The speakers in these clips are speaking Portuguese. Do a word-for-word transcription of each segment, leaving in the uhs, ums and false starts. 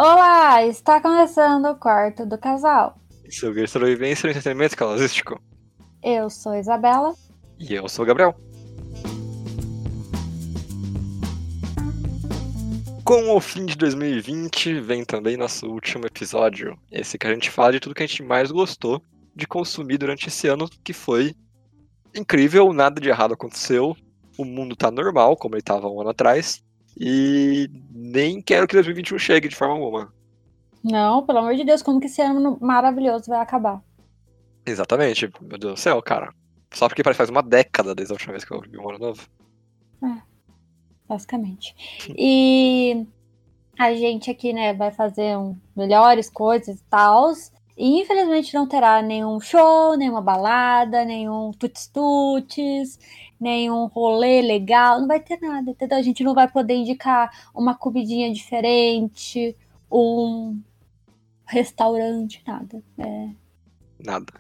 Olá, está começando o quarto do casal. Sobre sobrevivência no entretenimento casalístico. Eu sou Isabela. E eu sou o Gabriel. Com o fim de dois mil e vinte, vem também nosso último episódio. Esse que a gente fala de tudo que a gente mais gostou de consumir durante esse ano, que foi incrível, nada de errado aconteceu, o mundo tá normal, como ele tava um ano atrás, e nem quero que dois mil e vinte e um chegue de forma alguma. Não, pelo amor de Deus, como que esse ano maravilhoso vai acabar? Exatamente, meu Deus do céu, cara. Só porque parece que faz uma década desde a última vez que eu vi um ano novo. É, basicamente. E a gente aqui, né, vai fazer um, melhores coisas e tal. E infelizmente não terá nenhum show, nenhuma balada, nenhum tuts-tuts, nenhum rolê legal. Não vai ter nada, entendeu? A gente não vai poder indicar uma comidinha diferente, um restaurante, nada. É, Nada.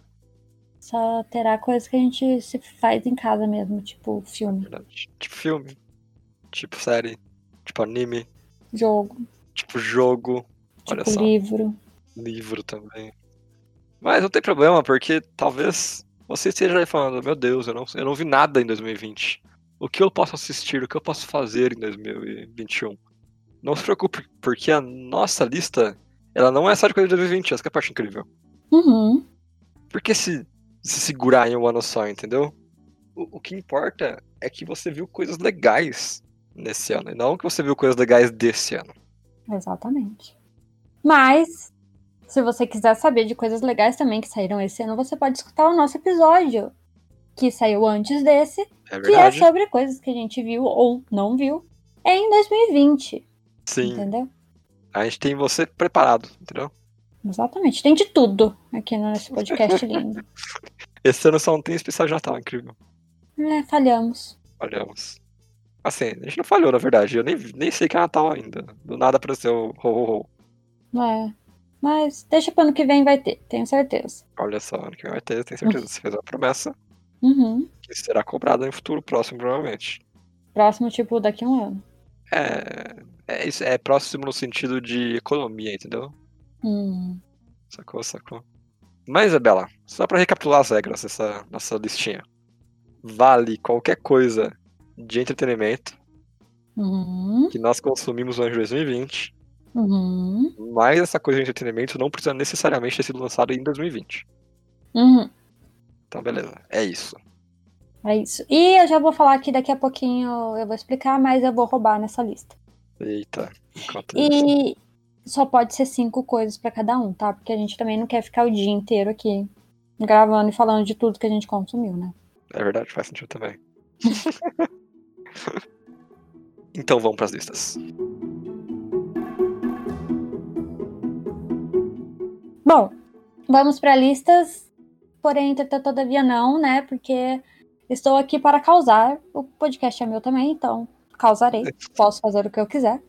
só terá coisa que a gente se faz em casa mesmo, tipo filme, Verdade. Tipo filme, tipo série, tipo anime, jogo, tipo jogo. Olha tipo só, livro. livro também. Mas não tem problema, porque talvez você esteja aí falando, meu Deus, eu não, eu não vi nada em dois mil e vinte. O que eu posso assistir, o que eu posso fazer em dois mil e vinte e um? Não se preocupe, porque a nossa lista, ela não é só de coisa de dois mil e vinte, essa que é a parte incrível. Uhum. Por que se, se segurar em um ano só, entendeu? O, o que importa é que você viu coisas legais nesse ano, e não que você viu coisas legais desse ano. Exatamente. Mas, se você quiser saber de coisas legais também que saíram esse ano, você pode escutar o nosso episódio, que saiu antes desse, É que é verdade. sobre coisas que a gente viu ou não viu em dois mil e vinte. Sim. Entendeu? A gente tem você preparado, entendeu? Exatamente. Tem de tudo aqui no nosso podcast lindo. Esse ano só não tem especial de Natal, incrível. É, falhamos. Falhamos. Assim, a gente não falhou, na verdade. Eu nem, nem sei que é Natal ainda. Do nada apareceu ho, ho, ho. É. Mas deixa pro ano que vem vai ter, tenho certeza. Olha só, ano que vem vai ter, eu tenho certeza. Você fez uma promessa Uhum. que será cobrada em futuro próximo, provavelmente. Próximo, tipo, daqui a um ano. É, é, isso, é próximo no sentido de economia, entendeu? Hum. Sacou, sacou. Mas, Isabela, só pra recapitular as regras dessa nossa listinha. Vale qualquer coisa de entretenimento Uhum. que nós consumimos no ano de dois mil e vinte, Uhum. mas essa coisa de entretenimento não precisa necessariamente ter sido lançada em dois mil e vinte. Uhum. Então, beleza. É isso. É isso. E eu já vou falar aqui daqui a pouquinho, eu vou explicar, mas eu vou roubar nessa lista. Eita, enquanto isso. E só pode ser cinco coisas pra cada um, tá? Porque a gente também não quer ficar o dia inteiro aqui gravando e falando de tudo que a gente consumiu, né? É verdade, faz sentido também. Então vamos pras listas. Bom, vamos para listas, porém, entretanto, todavia não, né? Porque estou aqui para causar. O podcast é meu também, então causarei. Posso fazer o que eu quiser.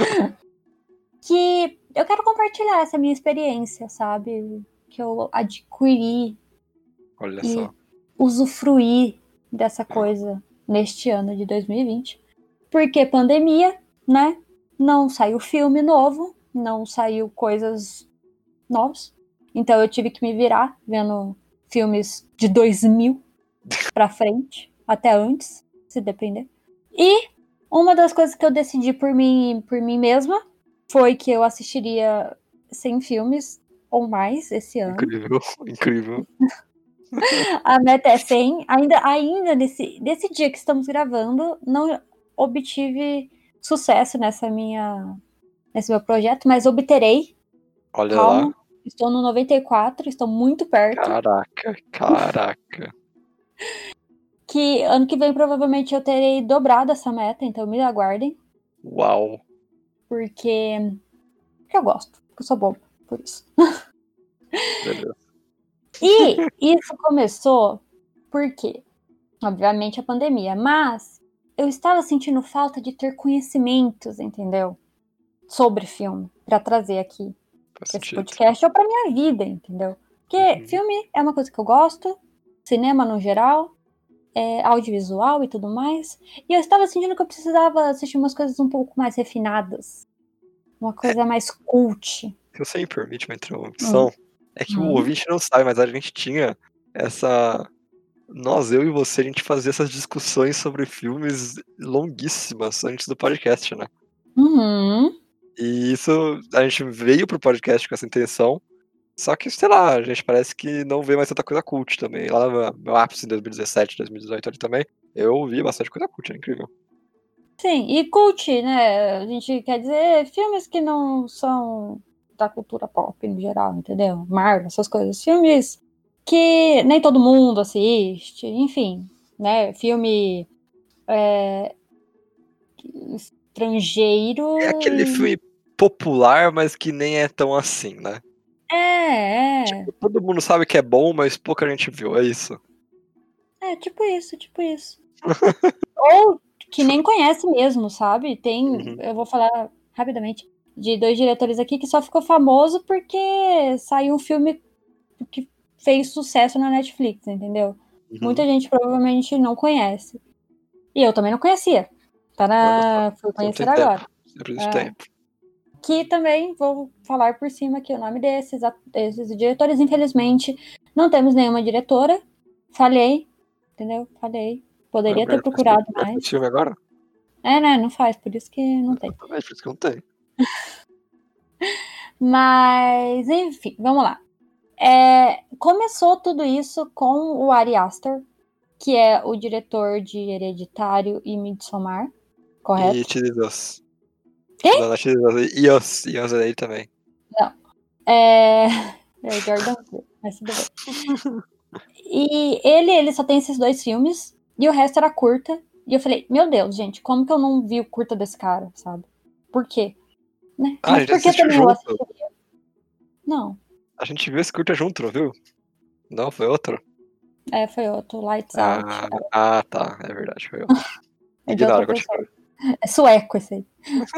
Que eu quero compartilhar essa minha experiência, sabe? Que eu adquiri Olha e só. usufruir dessa coisa neste ano de dois mil e vinte. Porque pandemia, né? Não saiu filme novo, não saiu coisas novas. Então eu tive que me virar vendo filmes de dois mil pra frente, até antes, se depender. E uma das coisas que eu decidi por mim, por mim mesma foi que eu assistiria cem filmes ou mais esse ano. Incrível, incrível. A meta é cem. Ainda, ainda nesse, nesse dia que estamos gravando, não obtive sucesso nessa minha, nesse meu projeto, mas obterei. Olha Calma. lá. Estou no noventa e quatro, estou muito perto. Caraca, caraca. Que ano que vem provavelmente eu terei dobrado essa meta, então me aguardem. Uau. Porque, porque eu gosto, porque eu sou boba, por isso. Beleza. E isso começou porque, obviamente, a pandemia, mas eu estava sentindo falta de ter conhecimentos, entendeu? Sobre filme, para trazer aqui Faz para esse sentido. podcast ou para minha vida, entendeu? Porque Uhum. filme é uma coisa que eu gosto, cinema no geral, é, audiovisual e tudo mais. E eu estava sentindo que eu precisava assistir umas coisas um pouco mais refinadas. Uma coisa mais cult. Se você me permite uma interrupção, Hum. é que o Hum. ouvinte não sabe, mas a gente tinha essa... Nós, eu e você, a gente fazia essas discussões sobre filmes longuíssimas antes do podcast, né? Uhum. E isso, a gente veio pro podcast com essa intenção, só que, sei lá, a gente parece que não vê mais tanta coisa cult também. Lá no meu ápice em dois mil e dezessete, dois mil e dezoito ali também, eu vi bastante coisa cult, é incrível. Sim, e cult, né? A gente quer dizer filmes que não são da cultura pop no geral, entendeu? Marvel, essas coisas. Filmes que nem todo mundo assiste, enfim, né? Filme é, estrangeiro. É aquele E... filme popular, mas que nem é tão assim, né? É, é. Tipo, todo mundo sabe que é bom, mas pouca gente viu, é isso. É, tipo isso, tipo isso. Ou que nem conhece mesmo, sabe? Tem, Uhum. eu vou falar rapidamente, de dois diretores aqui que só ficou famoso porque saiu um filme que fez sucesso na Netflix, entendeu? Uhum. Muita gente provavelmente não conhece. E eu também não conhecia. Tá na... Fui conhecer agora. Sempre de É. tempo. Que também vou falar por cima aqui o nome desses, desses diretores. Infelizmente, não temos nenhuma diretora. Falhei, entendeu? Falhei. Poderia ter procurado mais. Esse filme agora? É, né? Não faz, por isso que não tem. Por isso que não tem. Mas, enfim, vamos lá. É, começou tudo isso com o Ari Aster, que é o diretor de Hereditário e Midsommar, correto? E It Is Us. Quem? Não, It Is Us. E Us. E Us é ele também. Não. É... é o Jordan Peele, mas tudo bem. E ele, ele só tem esses dois filmes, e o resto era curta. E eu falei, meu Deus, gente, como que eu não vi o curta desse cara, sabe? Por quê? Né? Ah, a Mas gente por que assistiu também eu junto. assistiria? Não. A gente viu esse curta junto, não viu? Não, foi outro? É, foi outro, Lights Ah, Out. ah, tá. É verdade, foi outro. É de outra pessoa. É sueco esse aí.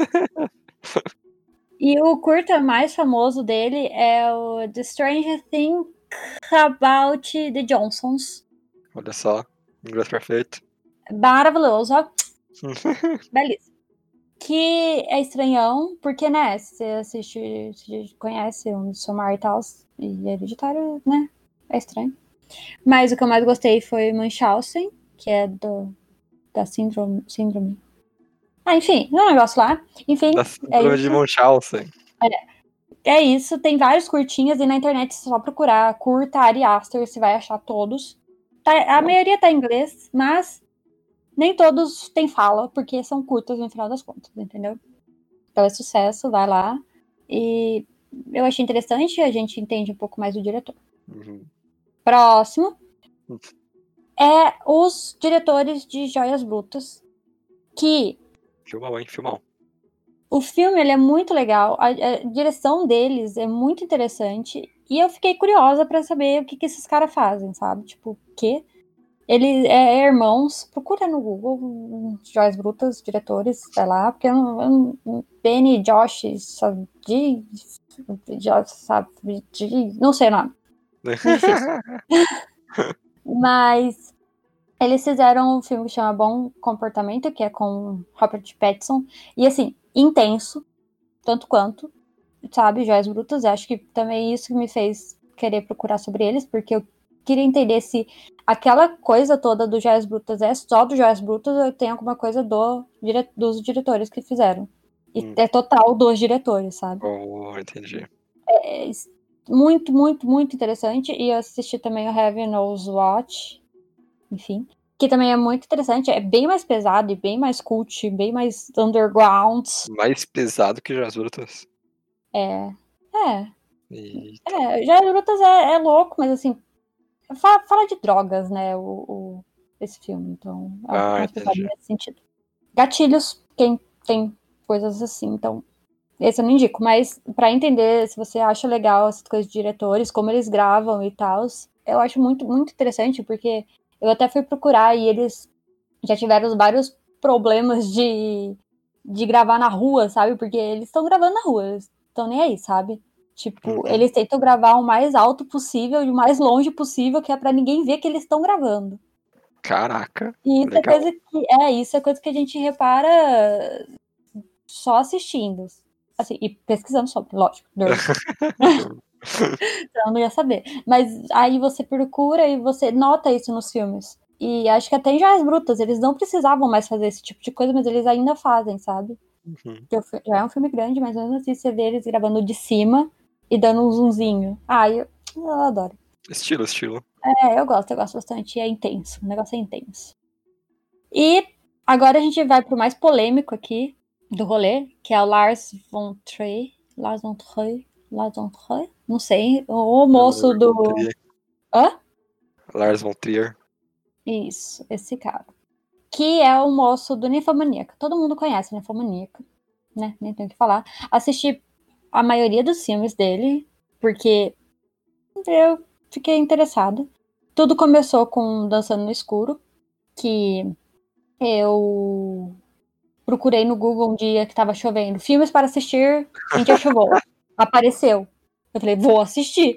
E o curta mais famoso dele é o The Stranger Things About the Johnsons. Olha só. Inglês perfeito. Maravilhoso, ó. Belíssimo. Que é estranhão, porque, né, você assiste, você conhece o Midsommar e tal, e Hereditário, né, é estranho. Mas o que eu mais gostei foi Munchausen, que é do, da síndrome, síndrome. Ah, enfim, é um negócio lá. Enfim, Da síndrome é de isso. Munchausen. É, é isso, tem vários curtinhas e na internet, se só procurar curta Ari Aster, você vai achar todos. Tá, a maioria tá em inglês, mas nem todos têm fala, porque são curtas no final das contas, entendeu? Então é sucesso, vai lá. E eu achei interessante, a gente entende um pouco mais do diretor. Uhum. Próximo é os diretores de Joias Brutas, que Filmão, hein? Filmão. o filme ele é muito legal, a, a direção deles é muito interessante, e eu fiquei curiosa pra saber o que, que esses caras fazem, sabe? Tipo, o quê? Ele é, é irmãos, procura no Google Joias Brutas, diretores, sei lá, porque eu não, eu, Benny, Josh, sabe, de, de, sabe, de, não sei o nome, muito difícil. Mas eles fizeram um filme que chama Bom Comportamento, que é com Robert Pattinson, e assim, intenso, tanto quanto, sabe, Joias Brutas. Acho que também isso que me fez querer procurar sobre eles, porque eu queria entender se aquela coisa toda do Joias Brutas é só do Joias Brutas ou tem alguma coisa do, dire, dos diretores que fizeram. E hum. é total dos diretores, sabe? Oh, entendi. É muito, muito, muito interessante. E eu assisti também o Heaven Knows What, enfim, que também é muito interessante. É bem mais pesado e bem mais cult, bem mais underground. Mais pesado que Joias Brutas. É, é. Eita. É, Joias Brutas é, é louco, mas assim, fala, fala de drogas, né, o, o, esse filme, então é um ah, pouco mais pesado nesse sentido. Gatilhos, quem tem coisas assim, então esse eu não indico, mas pra entender se você acha legal essas coisas de diretores, como eles gravam e tal, eu acho muito, muito interessante, porque eu até fui procurar e eles já tiveram vários problemas de, de gravar na rua, sabe, porque eles estão gravando na rua, eles estão nem aí, sabe? Tipo, uhum. Eles tentam gravar o mais alto possível e o mais longe possível, que é pra ninguém ver que eles estão gravando. Caraca, e isso legal. é coisa que é isso é coisa que a gente repara só assistindo, Assim, e pesquisando sobre, lógico. Então eu não ia saber. Mas aí você procura e você nota isso nos filmes. E acho que até em Joias Brutas, eles não precisavam mais fazer esse tipo de coisa, mas eles ainda fazem, sabe? Uhum. Já é um filme grande, mas mesmo assim você vê eles gravando de cima e dando um zoomzinho. Ah, eu, eu adoro. Estilo, estilo. É, eu gosto, eu gosto bastante. É intenso, o negócio é intenso. E agora a gente vai pro mais polêmico aqui do rolê, que é o Lars von Trier. Lars von Trier? Lars von Trier? Não sei. O moço do... Hã? Lars von Trier. Isso, esse cara. Que é o moço do Ninfomaníaca. Todo mundo conhece Ninfomaníaca, né? Nem tenho o que falar. Assisti a maioria dos filmes dele, porque eu fiquei interessada. Tudo começou com Dançando no Escuro, que eu procurei no Google um dia que tava chovendo. Filmes para assistir em dia chuvoso. Apareceu. Eu falei, vou assistir.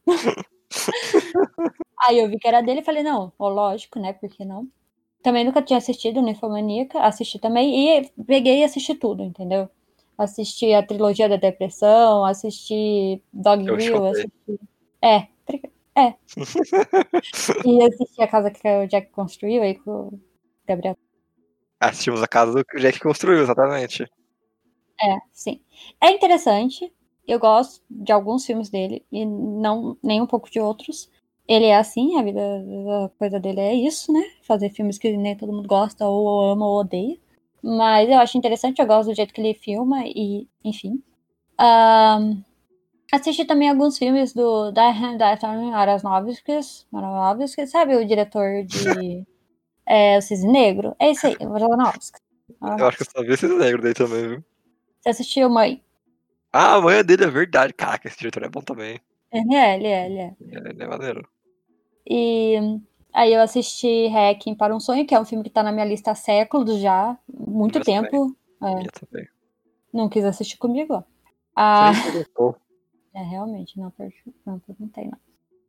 Aí eu vi que era dele e falei, não, ó, lógico, né? Por que não? Também nunca tinha assistido Ninfomaníaca, assisti também e peguei e assisti tudo, entendeu? Assisti a trilogia da depressão, assisti Dogville, assisti... É, é. E assisti A Casa que o Jack Construiu aí com o Gabriel. Assistimos A Casa que o Jack Construiu, exatamente. É, sim. É interessante, eu gosto de alguns filmes dele e não nem um pouco de outros. Ele é assim, a vida, a coisa dele é isso, né? Fazer filmes que nem todo mundo gosta, ou ama, ou odeia. Mas eu acho interessante, eu gosto do jeito que ele filma, e, enfim. Um, assisti também alguns filmes do Darren Aronofsky, Aronofsky, sabe o diretor de é, O Cisne Negro? É esse aí, o Aronofsky. Eu acho que eu só vi esse negro daí também, viu? Você assistiu Mãe? Ah, a mãe dele é verdade. Caraca, esse diretor é bom também. Ele é, ele é, ele é. Ele é maneiro. E aí eu assisti Hacking para um Sonho, que é um filme que tá na minha lista há séculos já, muito Minha tempo. também. É, Minha também. não quis assistir comigo, ó. Ah, Você nem perguntou. é, realmente, não, não perguntei, não.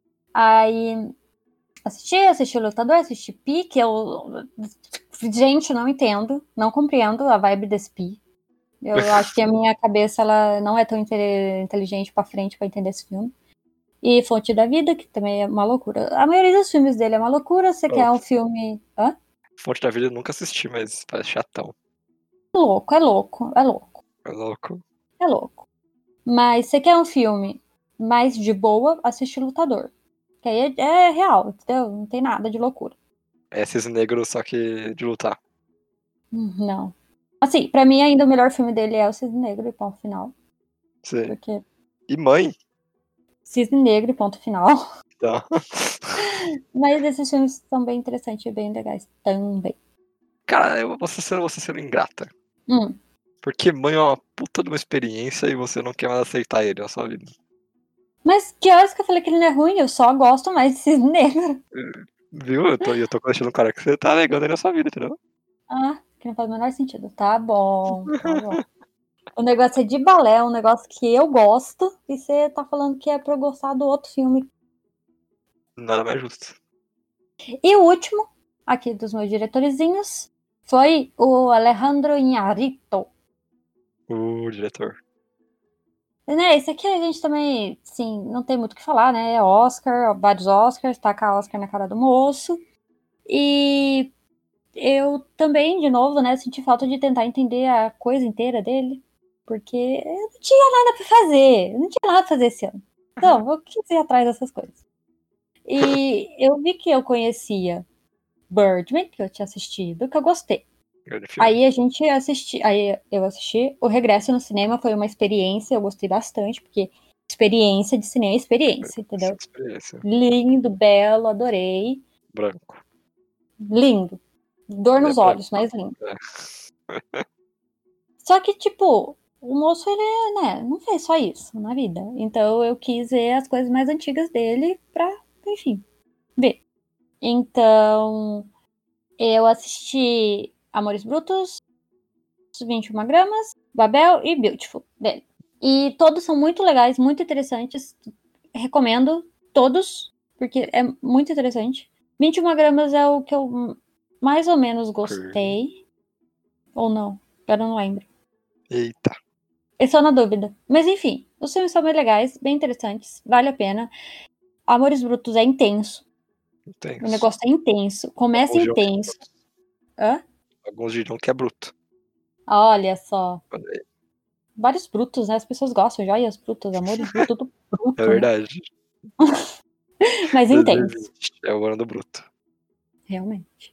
Aí assisti, assisti o Lutador, assisti Pi, que eu... Gente, não entendo, não compreendo a vibe desse Pi. Eu acho que a minha cabeça ela não é tão inteligente pra frente pra entender esse filme. E Fonte da Vida, que também é uma loucura. A maioria dos filmes dele é uma loucura. Você oh. quer um filme... Hã? Fonte da Vida eu nunca assisti, mas parece chatão. É louco, é louco, é louco. É louco. É louco. Mas você quer um filme mais de boa, assiste Lutador. Que aí é, é real, entendeu? Não tem nada de loucura. É Cisne Negro, só que de lutar. Não. Assim, pra mim ainda o melhor filme dele é o Cisne Negro e ponto final. Sim. Porque... E Mãe? Cisne Negro e ponto final. Então. Mas esses filmes são bem interessantes e bem legais também. Cara, eu vou ser, você sendo ingrata. Hum. Porque Mãe é uma puta de uma experiência e você não quer mais aceitar ele na sua vida. Mas que horas que eu falei que ele não é ruim? Eu só gosto mais de Cisne Negro. Viu? Eu tô, eu tô conhecendo um cara que você tá negando ele na sua vida, entendeu? Ah, que não faz o menor sentido. Tá bom, tá bom. O negócio é de balé, é um negócio que eu gosto, e você tá falando que é pra eu gostar do outro filme. Nada mais justo. E o último, aqui dos meus diretorezinhos, foi o Alejandro Iñárritu. O diretor. Né, esse aqui a gente também, sim, não tem muito o que falar, né? É Oscar, vários Oscars, taca Oscar na cara do moço. E eu também, de novo, né, senti falta de tentar entender a coisa inteira dele. Porque eu não tinha nada pra fazer. Eu não tinha nada pra fazer esse ano. Então, eu quis ir atrás dessas coisas. E eu vi que eu conhecia Birdman, que eu tinha assistido, que eu gostei. Aí a gente assisti, aí eu assisti. O Regresso no Cinema foi uma experiência, eu gostei bastante, porque experiência de cinema é experiência, entendeu? Experiência. Lindo, belo, adorei. Branco. Lindo. Dor nos é olhos, branco. Mas lindo. É. Só que, tipo, o moço, ele, né, não fez só isso na vida. Então eu quis ver as coisas mais antigas dele pra, enfim, ver. Então, eu assisti Amores Brutos, vinte e uma gramas, Babel e Beautiful dele. E todos são muito legais, muito interessantes. Recomendo todos, porque é muito interessante. vinte e uma gramas é o que eu mais ou menos gostei. Okay. Ou não, agora não lembro. Eita. Eu sou na dúvida. Mas enfim, os filmes são bem legais, bem interessantes, vale a pena. Amores Brutos é intenso. Intenso. O negócio é intenso. Começa Alguns dirão que é intenso. bruto. Hã? Alguns dirão que é bruto. Olha só. Olha aí. Vários brutos, né? As pessoas gostam, joias brutas, amores brutos, tudo bruto, É né? verdade. Mas dois mil e intenso. vinte é o ano do bruto. Realmente.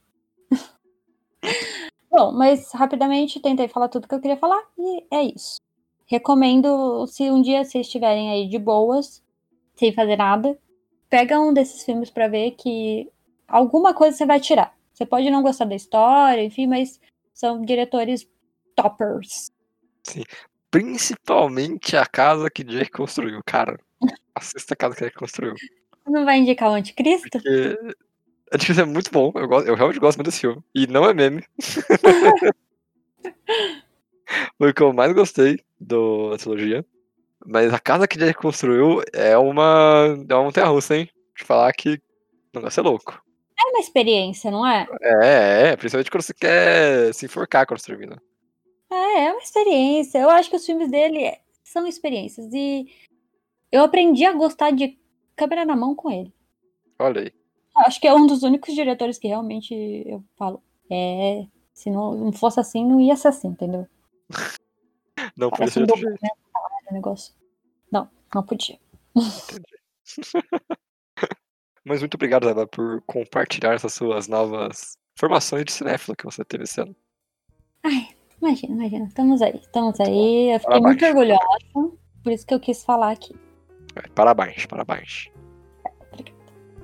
Bom, mas rapidamente tentei falar tudo que eu queria falar e é isso. Recomendo, se um dia vocês estiverem aí de boas, sem fazer nada, pega um desses filmes pra ver que alguma coisa você vai tirar. Você pode não gostar da história, enfim, mas são diretores toppers. Sim. Principalmente a casa que Jake construiu, cara. Assista a casa que Jake construiu. Não vai indicar o Anticristo? Porque Anticristo é muito bom. Eu, gosto, eu realmente gosto muito desse filme. E não é meme. Foi o que eu mais gostei do, da trilogia. Mas a casa que Jake construiu é uma. É uma montanha-russa, hein? De falar que o negócio é louco. É uma experiência, não é? É, é, principalmente quando você quer se enforcar construindo. É, é uma experiência. Eu acho que os filmes dele são experiências. E eu aprendi a gostar de câmera na mão com ele. Olha aí. Acho que é um dos únicos diretores que realmente eu falo. É, se não, não fosse assim, não ia ser assim, entendeu? Não podia Parece ser um de outro jeito. documentário, o negócio. Não, não podia. Entendi. Mas muito obrigado, Eva, por compartilhar essas suas novas informações de cinéfilo que você teve esse ano. Ai, imagina, imagina. Estamos aí, estamos aí. Eu fiquei Parabéns. muito orgulhosa. Por isso que eu quis falar aqui. É, parabéns, parabéns. Obrigada.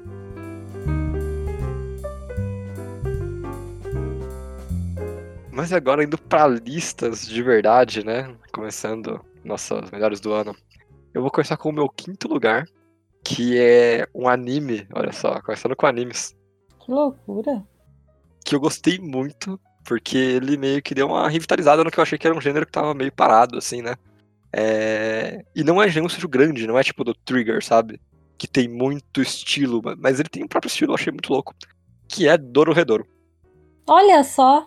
Mas agora indo pra listas de verdade, né? Começando nossas melhores do ano. Eu vou começar com o meu quinto lugar, que é um anime, olha só, começando com animes, Que loucura. que eu gostei muito, porque ele meio que deu uma revitalizada no que eu achei que era um gênero que tava meio parado, assim, né? É... E não é nenhum estúdio grande, não é tipo do Trigger, sabe? Que tem muito estilo, mas ele tem o próprio estilo, eu achei muito louco. Que é Dorohedoro. Olha só.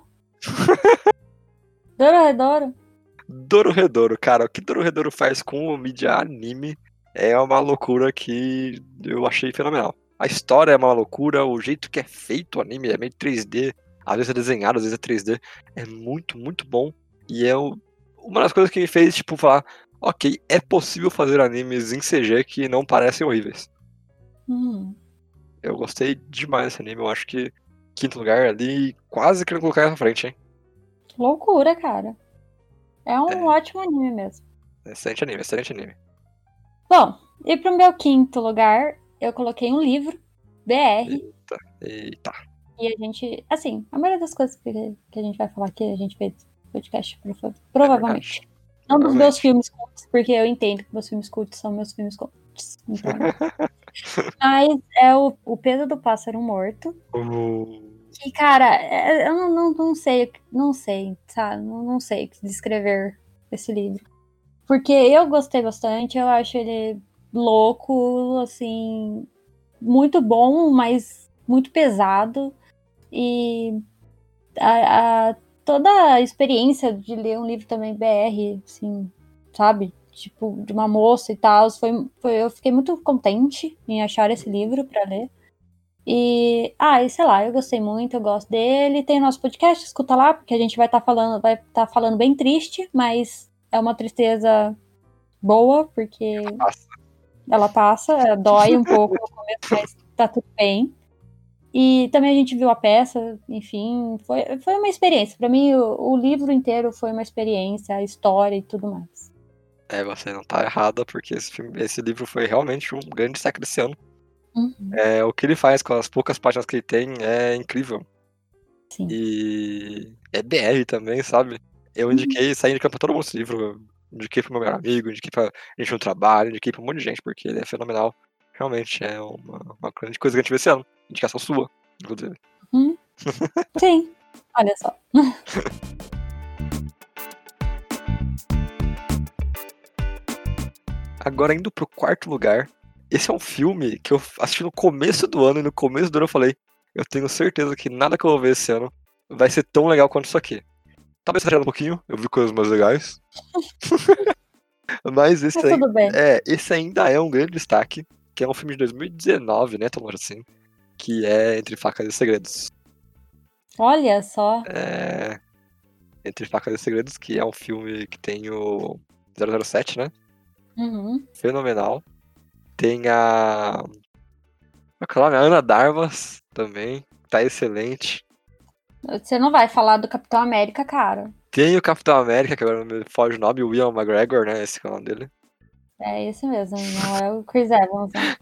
Dorohedoro. Dorohedoro, cara, o que Dorohedoro faz com o mídia anime é uma loucura que eu achei fenomenal. A história é uma loucura, o jeito que é feito o anime é meio três D, às vezes é desenhado, às vezes é três D, é muito, muito bom. E é o- uma das coisas que me fez, tipo, falar, ok, é possível fazer animes em C G que não parecem horríveis. Hum, Eu gostei demais desse anime, eu acho que quinto lugar ali, quase querendo colocar na frente, hein. loucura, cara. É um É. ótimo anime mesmo. Excelente anime, excelente anime. Bom, e pro meu quinto lugar, eu coloquei um livro, B R, Eita, eita. e a gente, assim, a maioria das coisas que, que a gente vai falar aqui, a gente fez podcast, prova- provavelmente. É Não dos meus provavelmente. filmes cultos, porque eu entendo que meus filmes cultos são meus filmes cultos. Então, mas é o, o Peso do Pássaro Morto. Uh, Que, cara, é- eu não, não, não sei, não sei, sabe? Não, não sei descrever esse livro. Porque eu gostei bastante, eu acho ele louco, assim, muito bom, mas muito pesado. E a, a- toda a experiência de ler um livro também B R, assim, sabe? Tipo, de uma moça e tal, foi, foi, eu fiquei muito contente em achar esse livro pra ler. E, ah, e sei lá, eu gostei muito, eu gosto dele. Tem o nosso podcast, escuta lá, porque a gente vai estar falando, vai estar falando bem triste, mas é uma tristeza boa, porque Passa. ela passa, é, dói um pouco no começo, mas tá tudo bem. E também a gente viu a peça, enfim, foi, foi uma experiência. Pra mim, o, o livro inteiro foi uma experiência, a história e tudo mais. É, você não tá errada, porque esse, filme, esse livro foi realmente um grande destaque desse ano. Uhum, É, o que ele faz com as poucas páginas que ele tem é incrível. sim. E é B R também, sabe? Eu indiquei, saí indicando pra todo mundo esse livro. Eu indiquei pro meu melhor amigo, indiquei pra gente no trabalho, indiquei pra um monte de gente, porque ele é fenomenal. Realmente é uma, uma grande coisa que a gente vê esse ano. Indicação sua, inclusive. Uhum, sim, olha só. Agora, indo pro quarto lugar, esse é um filme que eu assisti no começo do ano, e no começo do ano eu falei, eu tenho certeza que nada que eu vou ver esse ano vai ser tão legal quanto isso aqui. Talvez exagerando um pouquinho, eu vi coisas mais legais. Mas esse, Mas aí, tudo bem. é, esse ainda é um grande destaque, que é um filme de dois mil e dezenove, né, Tomara, assim, que é Entre Facas e Segredos. Olha só. É, Entre Facas e Segredos, que é um filme que tem o zero zero sete, né? Uhum. Fenomenal. Tem a... Qual que é o nome? A Ana Darvas também, tá excelente. Você não vai falar do Capitão América, cara. Tem o Capitão América, que agora me foge o nome, o Ian McGregor, né? Esse que é o nome dele. É esse mesmo, não é o Chris Evans, não.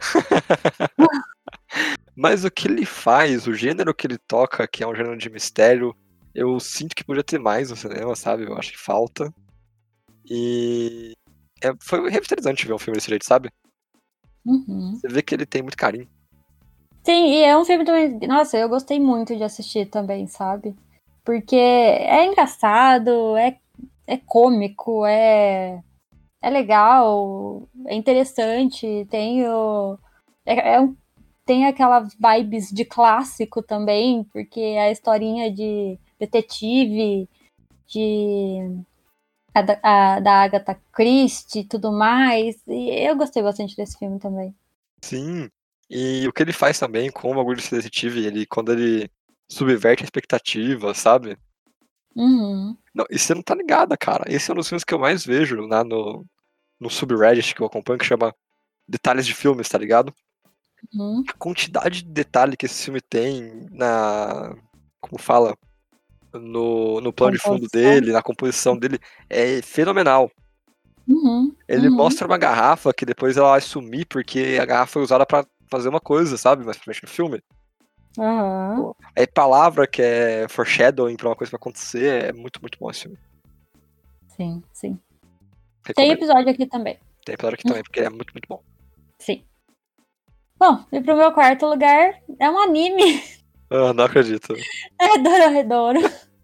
Mas o que ele faz, o gênero que ele toca, que é um gênero de mistério, eu sinto que podia ter mais no cinema, sabe? Eu acho que falta. E é, foi revitalizante ver um filme desse jeito, sabe? Uhum. Você vê que ele tem muito carinho. Sim, e é um filme também. Nossa, eu gostei muito de assistir também, sabe? Porque é engraçado, é, é cômico, é, é legal, é interessante, tem o. É, é um- tem aquelas vibes de clássico também, porque é a historinha de detetive, de a, da- a, da Agatha Christie e tudo mais. E eu gostei bastante desse filme também. Sim. E o que ele faz também com o bagulho de ser detetive, ele, quando ele subverte a expectativa, sabe? Uhum, Não, e você não tá ligada, cara. Esse é um dos filmes que eu mais vejo lá no, no subreddit que eu acompanho, que chama Detalhes de Filmes, tá ligado? uhum. A quantidade de detalhe que esse filme tem na. Como fala? No, no plano de fundo Composição. dele, na composição dele, é fenomenal. Uhum, Ele uhum. mostra uma garrafa que depois ela vai sumir porque a garrafa foi usada pra fazer uma coisa, sabe? Mais pra frente no filme. Aham. É palavra que é foreshadowing pra uma coisa que vai acontecer. É muito, muito bom esse filme. Sim, sim. Tem Recomendo. episódio aqui também. Tem episódio aqui também, porque é muito, muito bom. Sim. Bom, e pro meu quarto lugar é um anime. Ah, não acredito. É Dorohedoro.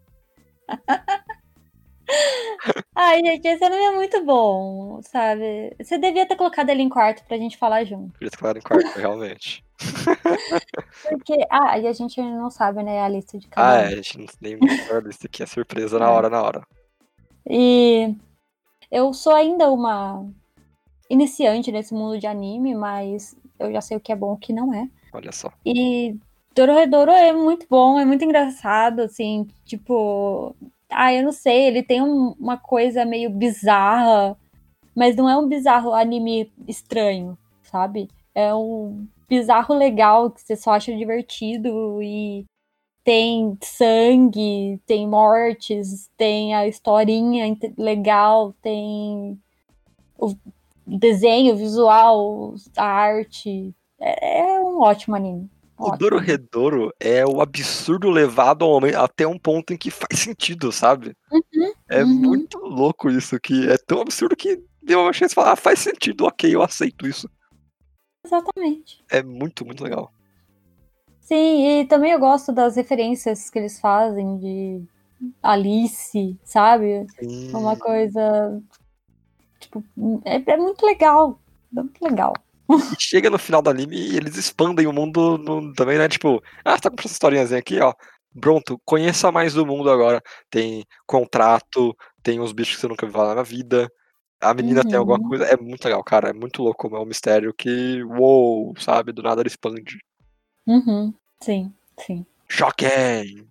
Ai, gente, esse anime é muito bom, sabe? Você devia ter colocado ele em quarto pra gente falar junto. Acredito que claro em quarto, realmente. Porque, ah, e a gente não sabe, né, a lista de Ah, cada é, um. a gente não nem mostrou a lista aqui, é surpresa na É. hora, na hora. E eu sou ainda uma iniciante nesse mundo de anime, mas eu já sei o que é bom e o que não é. Olha só. E Dorohedoro é muito bom, é muito engraçado, assim, tipo. Ah, eu não sei, ele tem um- uma coisa meio bizarra, mas não é um bizarro anime estranho, sabe? É um bizarro legal que você só acha divertido e tem sangue, tem mortes, tem a historinha inte- legal, tem o desenho, o visual, a arte. É, é um ótimo anime. O Ótimo anime. Dorohedoro é o absurdo levado ao momento, até um ponto em que faz sentido, sabe? Uhum, É uhum, muito louco isso, que é tão absurdo que deu uma chance de falar, ah, faz sentido, ok, eu aceito isso. exatamente. É muito, muito legal. Sim, e também eu gosto das referências que eles fazem de Alice, sabe? É uma Sim. coisa, tipo, é, é muito legal. É muito legal. E chega no final do anime e eles expandem o mundo no- também, né? Tipo, ah, você tá com essa historinhazinha aqui, ó. Pronto, conheça mais do mundo agora. Tem contrato, tem uns bichos que você nunca viu falar na vida. A menina tem alguma Uhum, coisa. É muito legal, cara. É muito louco como é um mistério que, uou, sabe? Do nada ele expande. uhum, sim, sim. Choquem!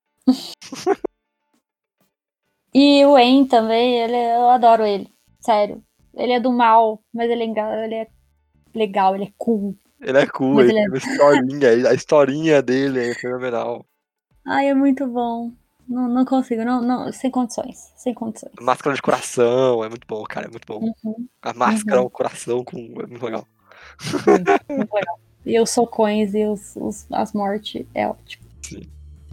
E o En também, ele, eu adoro ele, sério. Ele é do mal, mas ele é, enga- ele é legal, ele é cool, Ele é cool, mas ele ele tem é... uma historinha. A historinha dele é fenomenal. Ai, é muito bom. Não, não consigo, não, não, sem condições, sem condições. Máscara de coração, é muito bom, cara. É muito bom. Uhum, A máscara, uhum, o coração, com... é muito legal. muito, muito legal. E os socões e os, os- as mortes é ótimo. Sim.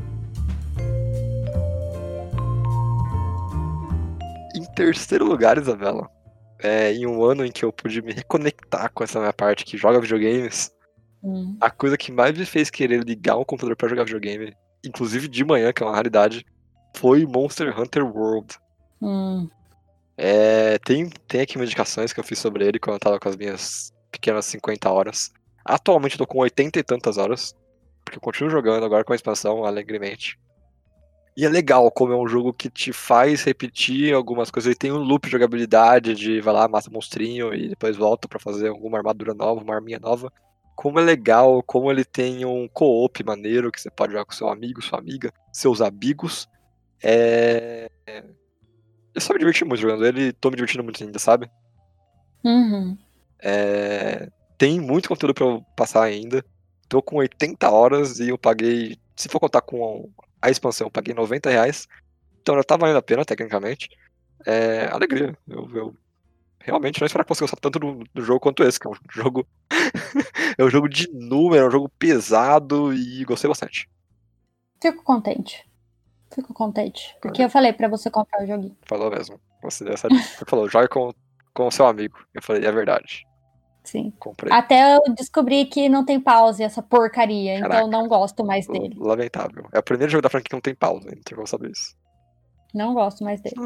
Em terceiro lugar, Isabela, é, em um ano em que eu pude me reconectar com essa minha parte que joga videogames, Hum, a coisa que mais me fez querer ligar um computador pra jogar videogame, inclusive de manhã, que é uma raridade, foi Monster Hunter World. hum, É, tem, tem aqui indicações que eu fiz sobre ele quando eu tava com as minhas pequenas cinquenta horas. Atualmente eu tô com oitenta e tantas horas, porque eu continuo jogando agora com a expansão alegremente. E é legal como é um jogo que te faz repetir algumas coisas. Ele tem um loop de jogabilidade de vai lá, mata o monstrinho e depois volta pra fazer alguma armadura nova, uma arminha nova. Como é legal, como ele tem um co-op maneiro que você pode jogar com seu amigo, sua amiga, seus amigos. É. Eu só me diverti muito jogando ele, tô me divertindo muito ainda, sabe? Uhum. É... Tem muito conteúdo pra eu passar ainda. Tô com oitenta horas e eu paguei, se for contar com a expansão, eu paguei noventa reais. Então já tá valendo a pena, tecnicamente. É alegria. Eu, eu realmente não esperava que fosse gostar tanto do, do jogo quanto esse, que é um jogo. É um jogo de número, é um jogo pesado e gostei bastante. Fico contente. Fico contente. Porque eu falei pra você comprar o joguinho. Falou mesmo. Você, deu essa... você falou, joga com com o seu amigo. Eu falei, é verdade. Sim. Comprei. Até eu descobri que não tem pause essa porcaria, Caraca. então não gosto mais dele. Lamentável. É o primeiro jogo da franquia que não tem pausa, não tem como saber isso. Não gosto mais dele.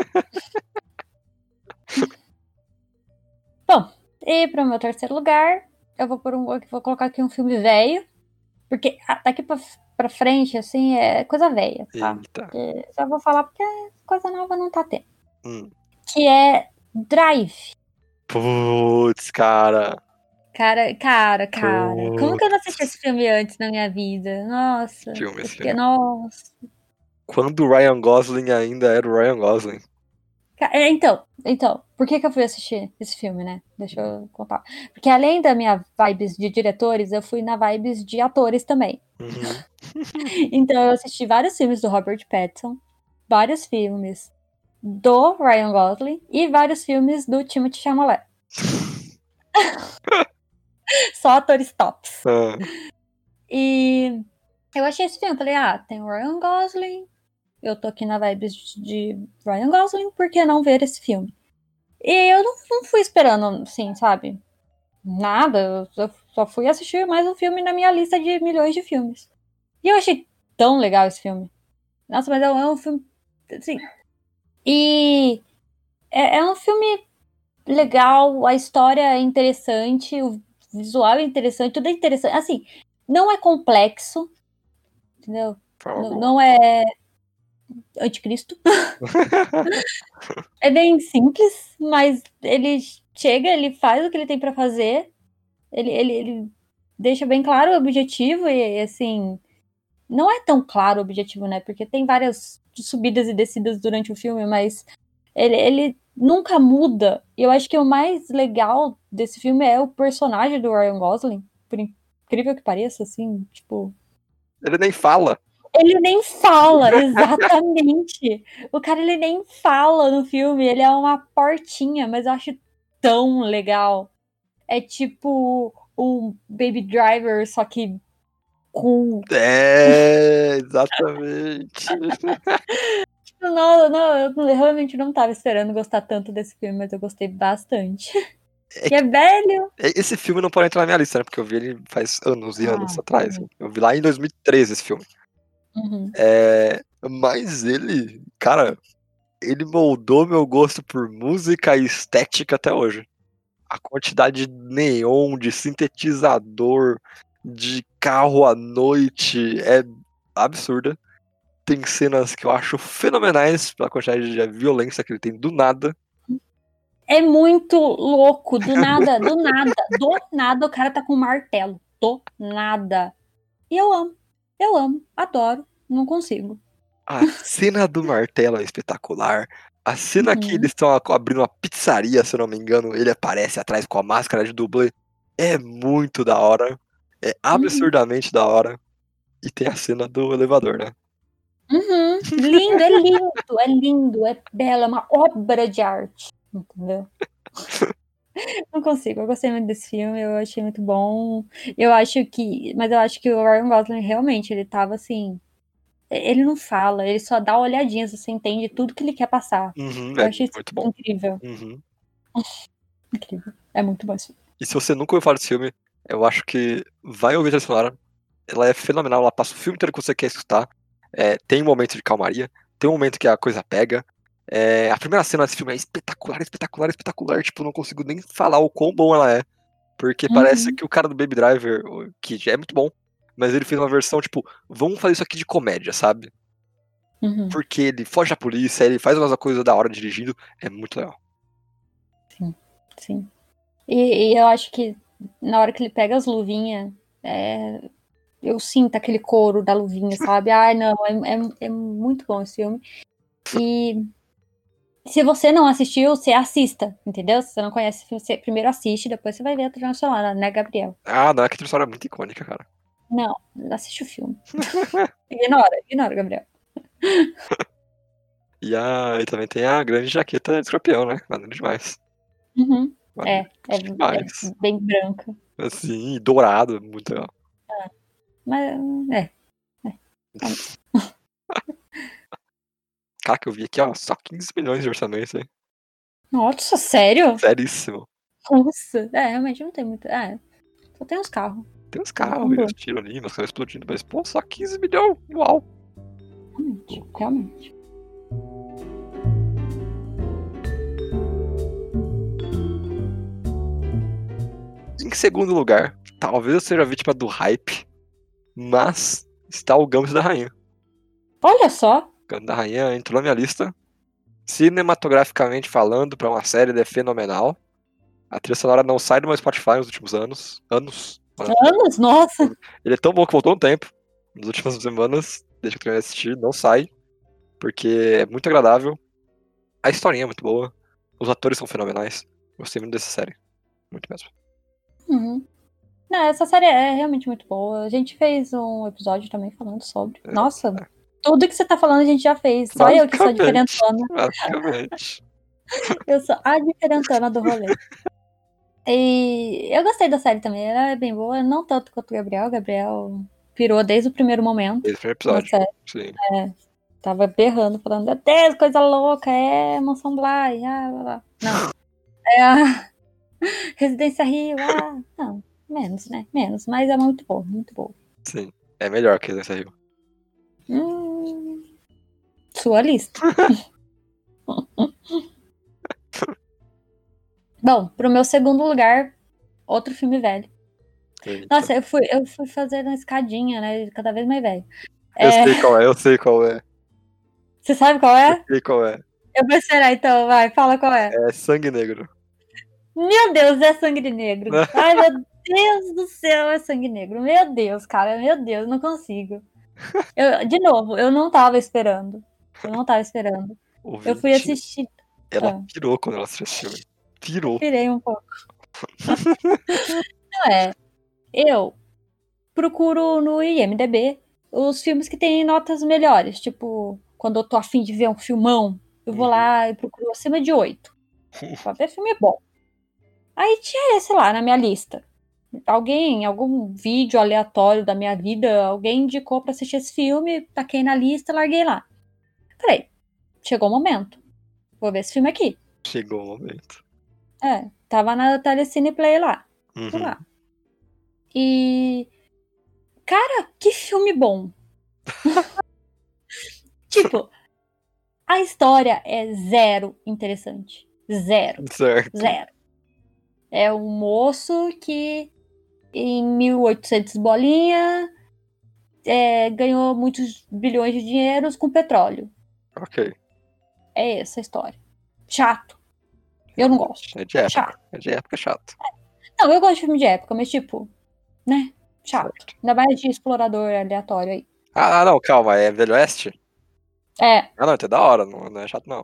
Bom, e pro meu terceiro lugar, eu vou por um, vou colocar aqui um filme velho, porque daqui pra, pra frente, assim, é coisa velha, tá? Eita. Porque, já vou falar porque coisa nova não tá tendo. Hum. Que é Drive. Putz, cara. Cara, cara, cara. Putz. Como que eu não assisti esse filme antes na minha vida? Nossa. Filme, esse Porque, filme. nossa. Quando o Ryan Gosling ainda era o Ryan Gosling. É, Então, então, por que que eu fui assistir esse filme, né? Deixa eu contar. Porque além da minha vibes de diretores, eu fui na vibes de atores também. Uhum. Então eu assisti vários filmes do Robert Pattinson, vários filmes do Ryan Gosling e vários filmes do Timothée Chalamet. Só atores tops. Ah. E eu achei esse filme, falei, ah, tem o Ryan Gosling, eu tô aqui na vibes de Ryan Gosling, por que não ver esse filme? E eu não, não fui esperando, assim, sabe? Nada, eu só fui assistir mais um filme na minha lista de milhões de filmes. E eu achei tão legal esse filme. Nossa, mas é um filme, assim... E é, é um filme legal, a história é interessante, o visual é interessante, tudo é interessante. Assim, não é complexo, entendeu? N- não é anticristo. É bem simples, mas ele chega, ele faz o que ele tem pra fazer, ele, ele, ele deixa bem claro o objetivo e, assim, não é tão claro o objetivo, né? Porque tem várias subidas e descidas durante o filme, mas ele, ele nunca muda. E eu acho que o mais legal desse filme é o personagem do Ryan Gosling, por incrível que pareça, assim, tipo... Ele nem fala. Ele nem fala, exatamente. O cara, ele nem fala no filme, ele é uma portinha, mas eu acho tão legal. É tipo o Baby Driver, só que com... É, exatamente. Não, não, eu realmente não tava esperando gostar tanto desse filme, mas eu gostei bastante. É E é velho. Esse filme não pode entrar na minha lista, né? Porque eu vi ele faz anos e anos Ah, atrás. sim. Eu vi lá em dois mil e treze esse filme. Uhum. É, mas ele, cara, ele moldou meu gosto por música e estética até hoje. A quantidade de neon, de sintetizador, de carro à noite é absurda. Tem cenas que eu acho fenomenais pela quantidade de violência que ele tem do nada. É muito louco, do nada, do nada, do nada o cara tá com um martelo, do nada. E eu amo, eu amo, adoro, não consigo. A cena do martelo é espetacular. A cena que Uhum. eles estão abrindo uma pizzaria, se eu não me engano, ele aparece atrás com a máscara de dublê. É muito da hora. É absurdamente da hora. E tem a cena do elevador, né? Uhum. Lindo, é lindo, é lindo, é belo, é uma obra de arte, entendeu? Não consigo, eu gostei muito desse filme, eu achei muito bom. Eu acho que, mas eu acho que o Ryan Gosling realmente, ele tava assim, ele não fala, ele só dá olhadinhas, você entende tudo que ele quer passar. Uhum, Eu é achei isso muito bom. incrível. Uhum. Incrível. É muito bom esse filme. E se você nunca ouviu falar desse filme, eu acho que vai ouvir a trilha sonora. Ela é fenomenal, ela passa o filme inteiro que você quer escutar. É, tem um momento de calmaria, tem um momento que a coisa pega. É, a primeira cena desse filme é espetacular, espetacular, espetacular. Tipo, não consigo nem falar o quão bom ela é. Porque parece Uhum. que o cara do Baby Driver, que já é muito bom, mas ele fez uma versão, tipo, vamos fazer isso aqui de comédia, sabe? Uhum. Porque ele foge da polícia, ele faz umas coisas da hora dirigindo. É muito legal. Sim, sim. E, e eu acho que na hora que ele pega as luvinhas, é, eu sinto aquele couro da luvinha, sabe? Ai, não, é, é, é muito bom esse filme. E se você não assistiu, você assista, entendeu? Se você não conhece o filme, você primeiro assiste, depois você vai ver a trilha sonora, né, Gabriel? Ah, não, é que a trilha sonora é muito icônica, cara. Não, assiste o filme. Ignora, ignora, Gabriel. E, a, e também tem a grande jaqueta de escorpião, né? Maneiro demais. Uhum. Maneiro É, é, demais. é bem branca. Assim, dourado, muito legal. Mas, é. Cara, que eu vi aqui, ó, só quinze milhões de orçamento, hein? Nossa, sério? Seríssimo. Nossa, é, realmente não tem muito. É, só tem uns carros. Tem uns Não carros, comprou. uns tiros ali, umas coisas explodindo, mas, pô, só quinze milhões, uau. Realmente, realmente. Em segundo lugar, talvez eu seja vítima do hype, mas está o Gambito da Rainha. Olha só. O Gambito da Rainha entrou na minha lista. Cinematograficamente falando, pra uma série, ele é fenomenal. A trilha sonora não sai do meu Spotify nos últimos anos. Anos. Anos, nossa. Ele é tão bom que voltou um tempo. Nas últimas semanas, desde que eu terminei de assistir, não sai. Porque é muito agradável. A historinha é muito boa. Os atores são fenomenais. Gostei muito dessa série. Muito mesmo. Uhum. Não, essa série é realmente muito boa. A gente fez um episódio também falando sobre. É, Nossa, é. tudo que você tá falando a gente já fez. Só eu que sou a Basicamente. diferentona. Basicamente. Eu sou a diferentona do rolê. E eu gostei da série também. Ela é bem boa. Não tanto quanto o Gabriel. O Gabriel pirou desde o primeiro momento. Esse foi o Na episódio. série. Sim. É, tava berrando, falando: Meu Deus, coisa louca. É Mansão Bly. Ah, blá, blá. Não. É a Residência Rio. Ah, não. Menos, né? Menos. Mas é muito boa. Muito boa. Sim. É melhor que essa Rio. Hum, sua lista. Bom, pro meu segundo lugar, outro filme velho. Eita. Nossa, eu fui, eu fui fazendo uma escadinha, né? Cada vez mais velho. Eu É, sei qual é, eu sei qual é. você sabe qual Eu é? sei qual é. Eu vou esperar então, vai, fala qual é. É Sangue Negro. Meu Deus, é Sangue Negro. Ai, meu Deus do céu, é Sangue Negro. Meu Deus, cara, meu Deus, não consigo. Eu, de novo, eu não tava esperando. Eu não tava esperando. Eu fui Ouvinte, assistir. ela Ah, pirou quando ela assistiu esse filme. Pirou. pirei um pouco. Não é. Eu procuro no I M D B os filmes que têm notas melhores. Tipo, quando eu tô afim de ver um filmão, eu vou Uhum. lá e procuro acima de oito. Pra ver filme bom. Aí tinha esse lá na minha lista. Alguém, algum vídeo aleatório da minha vida, alguém indicou pra assistir esse filme, taquei na lista, larguei lá. Falei, chegou o momento. Vou ver esse filme aqui. Chegou o momento. É, tava na Telecine Play lá. Fui Uhum. lá. E. Cara, que filme bom! Tipo, a história é zero interessante. Zero. Certo. Zero. É um moço que em mil e oitocentos bolinha é, ganhou muitos bilhões de dinheiros com petróleo. Ok. É essa a história. Chato. Eu não gosto. É de época. Chato. É de época chato. Não, eu gosto de filme de época, mas tipo, né? Chato. Certo. Ainda mais de explorador aleatório aí. Ah, não, calma. É Velho Oeste? É. Ah, não, é da hora. Não, não é chato, não.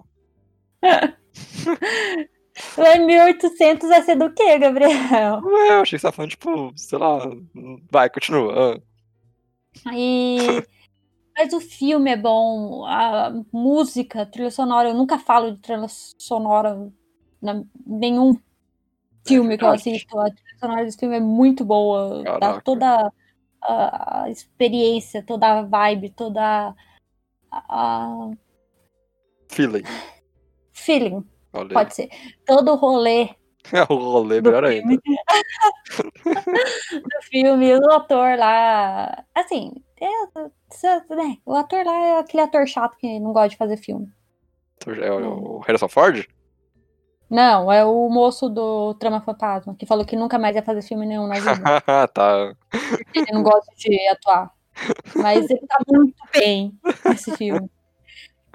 Mas mil e oitocentos vai ser do quê, Gabriel? Ué, eu achei que você tava falando, tipo, sei lá. Vai, continua. Ah. E... Mas o filme é bom, a música, a trilha sonora, eu nunca falo de trilha sonora em nenhum filme É que eu verdade. assisto. A trilha sonora desse filme é muito boa, dá Caraca. toda a, a experiência, toda a vibe, toda a, a Feeling. feeling, Olha aí. pode ser. Todo o rolê O rolê, do melhor filme. ainda. do filme, o ator lá, assim, é, né, o ator lá é aquele ator chato que não gosta de fazer filme. É o Harrison Ford? Não, é o moço do Trama Fantasma, que falou que nunca mais ia fazer filme nenhum na vida. Tá. Porque ele não gosta de atuar. Mas ele tá muito bem nesse filme.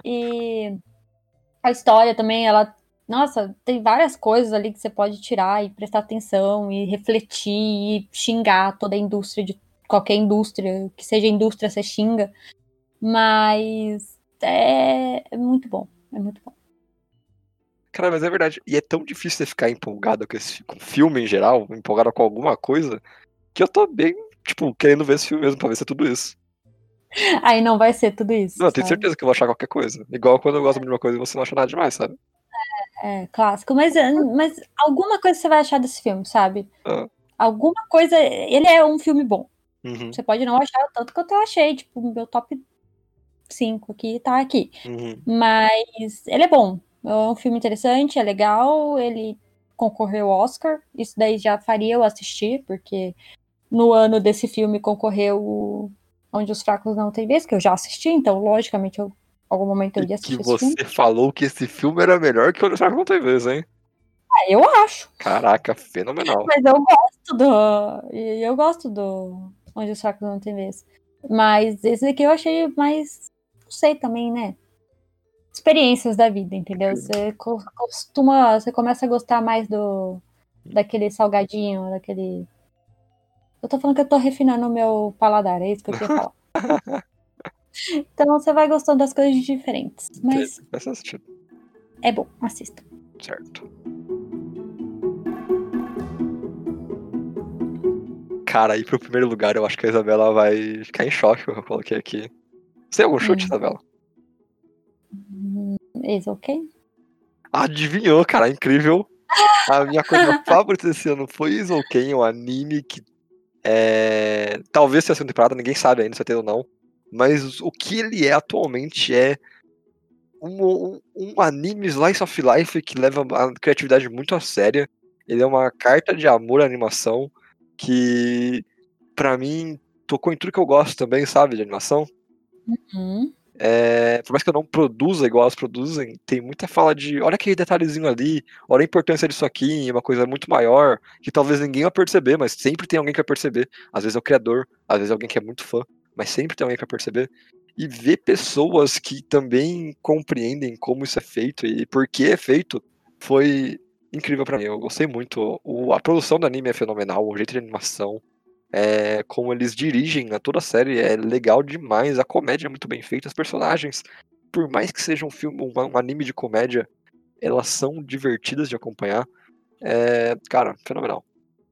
E a história também, ela... Nossa, tem várias coisas ali que você pode tirar e prestar atenção e refletir e xingar toda a indústria, de qualquer indústria, que seja indústria, você xinga. Mas é, é muito bom, é muito bom. Cara, mas é verdade. E é tão difícil você ficar empolgado com esse com filme em geral, empolgado com alguma coisa, que eu tô bem, tipo, querendo ver esse filme mesmo pra ver se é tudo isso. Aí não vai ser tudo isso, Não, eu tenho sabe? certeza que eu vou achar qualquer coisa. Igual quando eu gosto de uma coisa e você não acha nada demais, sabe? É, clássico. Mas, mas alguma coisa você vai achar desse filme, sabe? Ah, Alguma coisa... Ele é um filme bom. uhum, Você pode não achar tanto quanto eu achei. Tipo, o meu top cinco aqui tá aqui. uhum. Mas ele é bom. É um filme interessante, é legal. Ele concorreu ao Oscar. Isso daí já faria eu assistir, porque no ano desse filme concorreu o Onde os Fracos Não Têm Vez, que eu já assisti, então logicamente eu, em algum momento eu E ia que assistir esse filme. você falou que esse filme era melhor que o Olho Fraco Não Tem Vez, hein? Ah, eu acho. Caraca, fenomenal. Mas eu gosto do. e Eu gosto do Onde os Fracos Não Têm Vez. Mas esse daqui eu achei mais. Não sei também, né? Experiências da vida, entendeu? Você co- costuma. Você começa a gostar mais do. Daquele salgadinho, daquele. Eu tô falando que eu tô refinando o meu paladar, é isso que eu queria falar. Então você vai gostando das coisas diferentes. Mas Entendo, faz sentido. é bom, assista. Certo. Cara, aí pro primeiro lugar, eu acho que a Isabela vai ficar em choque com o que eu coloquei aqui. Você tem algum chute, Hum. Isabela? Is ok? Adivinhou, cara, incrível. A minha coisa favorita desse ano foi Izouken, um anime que é... talvez tenha segunda temporada, ninguém sabe ainda se vai ter ou não. Mas o que ele é atualmente é um, um, um anime slice of life que leva a criatividade muito a séria. Ele é uma carta de amor à animação que, pra mim, tocou em tudo que eu gosto também, sabe, de animação. Hum. É, por mais que eu não produza igual elas produzem, tem muita fala de olha aquele detalhezinho ali, olha a importância disso aqui, uma coisa muito maior, que talvez ninguém vai perceber, mas sempre tem alguém que vai perceber. Às vezes é o criador, às vezes é alguém que é muito fã, mas sempre tem alguém que vai perceber. E ver pessoas que também compreendem como isso é feito e por que é feito foi incrível pra mim. Eu gostei muito. O, a produção do anime é fenomenal, o jeito de animação. É, como eles dirigem a toda a série é legal demais, a comédia é muito bem feita, as personagens, por mais que seja um filme, um, um anime de comédia, elas são divertidas de acompanhar. É, cara, fenomenal.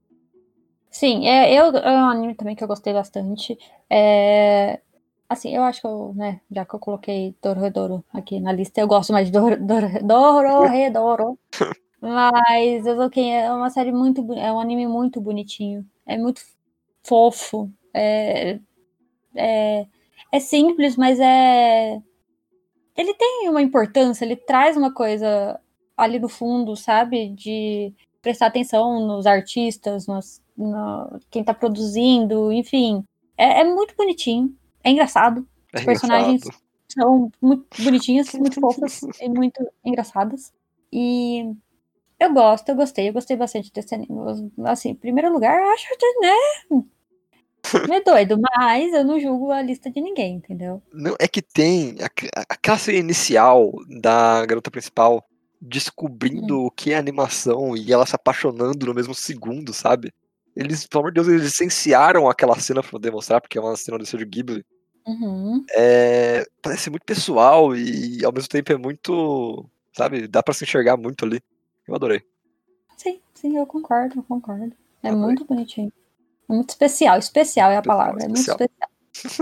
Sim, é, eu, é um anime também que eu gostei bastante. É, assim, eu acho que eu, né, já que eu coloquei Dororedoro aqui na lista, eu gosto mais de Dor, Dor, Dororedoro. Mas Eizouken é uma série muito, bu- é um anime muito bonitinho. É muito fofo. É, é, é simples, mas é. Ele tem uma importância, ele traz uma coisa ali no fundo, sabe? De prestar atenção nos artistas, nos, no, quem tá produzindo, enfim. É, é muito bonitinho, é engraçado. É Os personagens engraçado. são muito bonitinhas, muito fofas e muito engraçadas. E eu gosto, eu gostei, eu gostei bastante desse anime. Assim, em primeiro lugar, eu acho que, né, meio doido, mas eu não julgo a lista de ninguém, entendeu? Não, é que tem a, a classe inicial da garota principal Hum. descobrindo o que é animação e ela se apaixonando no mesmo segundo, sabe? Eles, pelo amor de Deus, eles licenciaram aquela cena pra poder mostrar, porque é uma cena do estúdio Ghibli. Uhum. É, parece muito pessoal e ao mesmo tempo é muito, sabe, dá pra se enxergar muito ali. Eu adorei, Sim, sim, eu concordo, eu concordo. É adorei. muito bonitinho. É muito especial. Especial é a Especial, palavra, é muito especial. especial.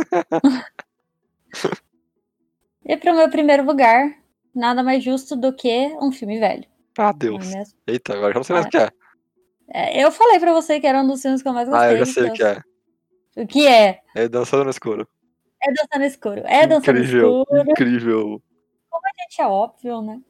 E pro meu primeiro lugar, nada mais justo do que um filme velho, Ah, não é Deus. mesmo? Eita, agora eu já não sei mais o É. que é. É, eu falei pra você que era um dos filmes que eu mais Ah, eu já gostei, que sei o eu... que é. o que é? É Dançando no Escuro. É Dançar no Escuro. É Dançar no Incrível, Escuro. incrível. Gente, é óbvio, né?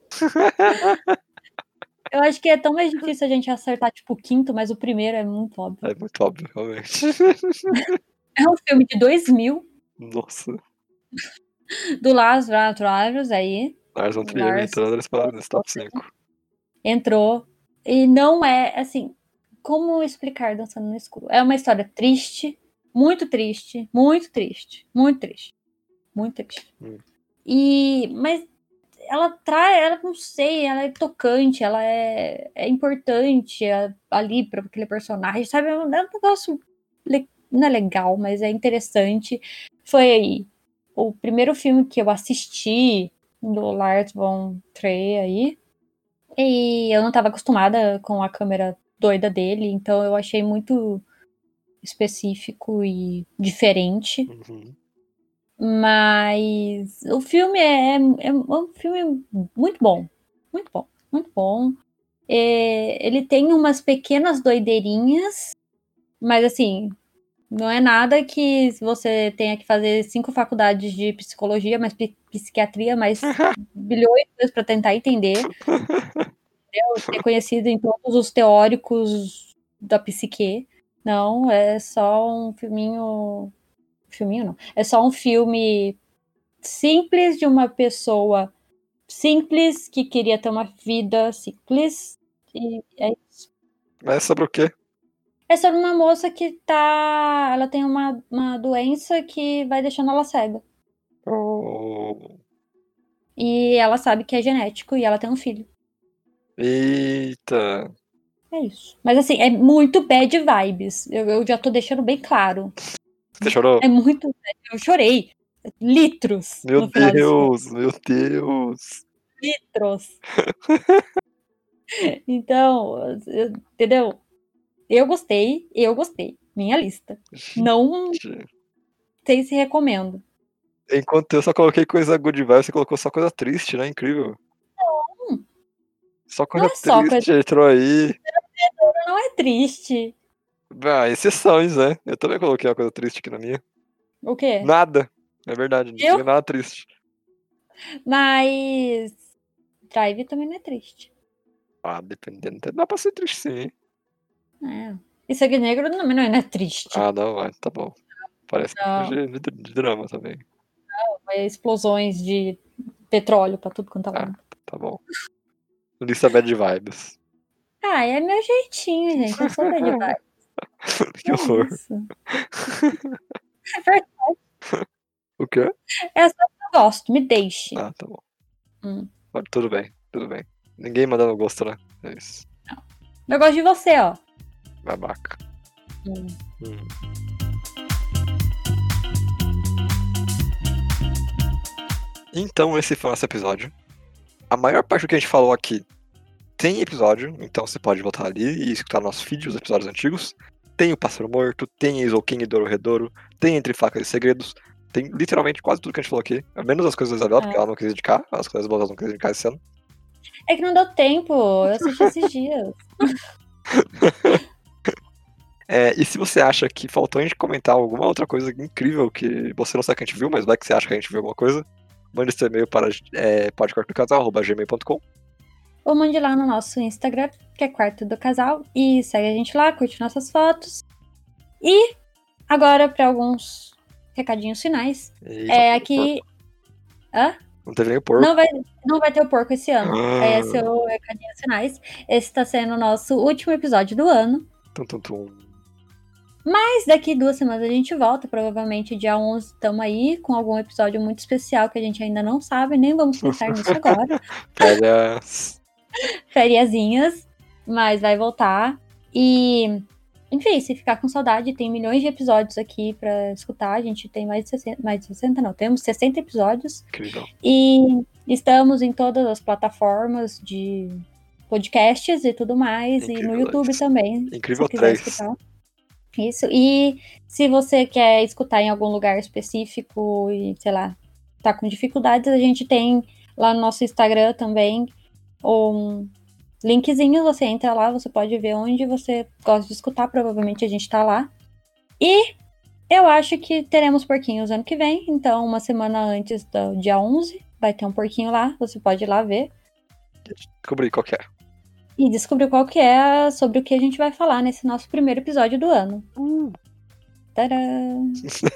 Eu acho que é tão mais difícil a gente acertar, tipo, o quinto, mas o primeiro é muito óbvio. É muito óbvio, realmente. É um filme de dois mil, Nossa. do Lars von Trier, aí. Lars von Trier Lars entrando nesse, nesse top cinco. entrou. E não é, assim, como explicar Dançando no Escuro? É uma história triste, muito triste, muito triste, muito triste, muito triste. Hum. E, mas ela traz, ela não sei, ela é tocante, ela é, é importante é, ali para aquele personagem, sabe? É um negócio, não é legal, mas é interessante. Foi o primeiro filme que eu assisti do Lars von Trier aí, e eu não estava acostumada com a câmera doida dele, então eu achei muito específico e diferente. Uhum. Mas o filme é, é um filme muito bom. Muito bom, muito bom. É, ele tem umas pequenas doideirinhas, mas assim, não é nada que você tenha que fazer cinco faculdades de psicologia, mais psiquiatria, mais bilhões de coisas para tentar entender. Ser conhecido em todos os teóricos da psique. Não, é só um filminho. Filminho não. É só um filme simples de uma pessoa simples que queria ter uma vida simples. E é isso. Mas é sobre o quê? É sobre uma moça que tá. Ela tem uma, uma doença que vai deixando ela cega. Oh. E ela sabe que é genético e ela tem um filho. Eita. É isso. Mas assim, é muito bad vibes. Eu, eu já tô deixando bem claro. Você chorou? É muito. Eu chorei. Litros. Meu no final Deus, meu Deus. Litros. Então, eu, entendeu? Eu gostei, eu gostei. Minha lista. Gente. Não sei se recomendo. Enquanto eu só coloquei coisa good vibe, você colocou só coisa triste, né? Incrível. Não. Só coisa Não é só triste coisa... entrou aí. Não é triste. Ah, exceções, né? Eu também coloquei uma coisa triste aqui na minha. O quê? Nada. É verdade, não Eu? tinha nada triste. Mas Drive também não é triste. Ah, dependendo. Dá pra ser triste sim. É. E Sangue Negro também não é triste. Ah, não, é, tá bom. Parece Não. de, de, de drama também. Não, é explosões de petróleo pra tudo quanto é lado. Ah, tá bom. Lista bad vibes. Ah, é meu jeitinho, gente. Eu sou bad vibe. Que É horror. isso. É verdade. O quê? É só que eu gosto, me deixe. Ah, tá bom. Hum. Tudo bem, tudo bem. Ninguém mandando gosto, né? É isso. Não. Eu gosto de você, ó. Babaca. Hum. Hum. Então, esse foi o nosso episódio. A maior parte do que a gente falou aqui tem episódio, então você pode voltar ali e escutar no nosso feed, os episódios antigos. Tem o Pássaro Morto, tem Eizouken e Dororedoro, tem Entre Facas e Segredos, tem literalmente quase tudo que a gente falou aqui, menos as coisas da Isabela, É. porque ela não quis dedicar, as coisas boas ela não quis dedicar esse ano. É que não deu tempo, eu assisti esses dias. É, e se você acha que faltou a gente comentar alguma outra coisa incrível que você não sabe que a gente viu, mas vai que você acha que a gente viu alguma coisa, mande seu e-mail para é, podquartodocasal arroba gmail ponto com. Ou mande lá no nosso Instagram, que é Quarto do Casal, e segue a gente lá, curte nossas fotos. E agora para alguns recadinhos finais. Eita, é aqui. Hã? Não teve nem o porco. Não vai, não vai ter o porco esse ano. Ah. Esse é o recadinhos finais. Esse está sendo o nosso último episódio do ano. Tum, tum, tum. Mas daqui duas semanas a gente volta. Provavelmente dia onze estamos aí com algum episódio muito especial que a gente ainda não sabe. Nem vamos pensar nisso agora. Férias. Fériasinhas. Mas vai voltar. E, enfim, se ficar com saudade, tem milhões de episódios aqui pra escutar. A gente tem mais de sessenta, mais de sessenta não, temos sessenta episódios. Incrível. E estamos em todas as plataformas de podcasts e tudo mais. Incrível, e no YouTube Alex. também, Incrível se quiser três. escutar. Isso. E se você quer escutar em algum lugar específico e, sei lá, tá com dificuldades, a gente tem lá no nosso Instagram também um linkzinho, você entra lá, você pode ver onde você gosta de escutar, provavelmente a gente tá lá. E eu acho que teremos porquinhos ano que vem, então uma semana antes do dia onze vai ter um porquinho lá, você pode ir lá ver. Descobri qual que é. E descobrir qual que é, sobre o que a gente vai falar nesse nosso primeiro episódio do ano. Uh. Tadã!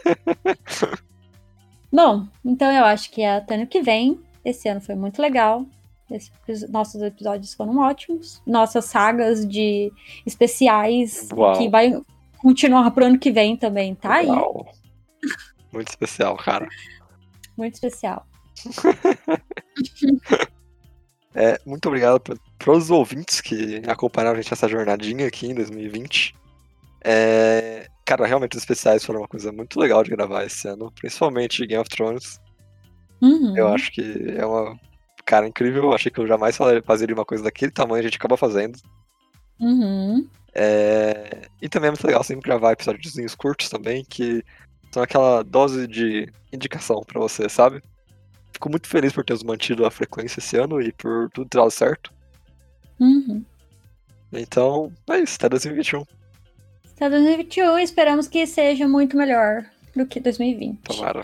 Bom, então eu acho que é até ano que vem. Esse ano foi muito legal. Esse, nossos episódios foram ótimos. Nossas sagas de especiais, Uau. que vai continuar pro ano que vem também, tá? Uau. Aí. Muito especial, cara. Muito especial. É, muito obrigado para os ouvintes que acompanharam a gente essa jornadinha aqui em dois mil e vinte. É, cara, realmente os especiais foram uma coisa muito legal de gravar esse ano, principalmente Game of Thrones. Uhum. Eu acho que é uma cara incrível. Eu achei que eu jamais fazeria uma coisa daquele tamanho, a gente acaba fazendo. Uhum. É, e também é muito legal sempre gravar episódios curtos também, que são aquela dose de indicação pra você, sabe? Fico muito feliz por termos mantido a frequência esse ano e por tudo ter dado certo. Uhum. Então, é isso, até dois mil e vinte e um. Até dois mil e vinte e um, esperamos que seja muito melhor do que dois mil e vinte. Tomara.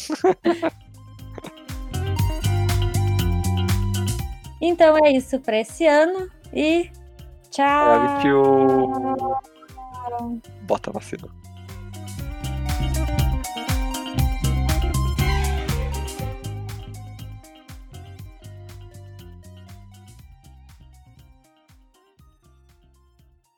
Então é isso pra esse ano e tchau! É, vinte e um. Bota a vacina.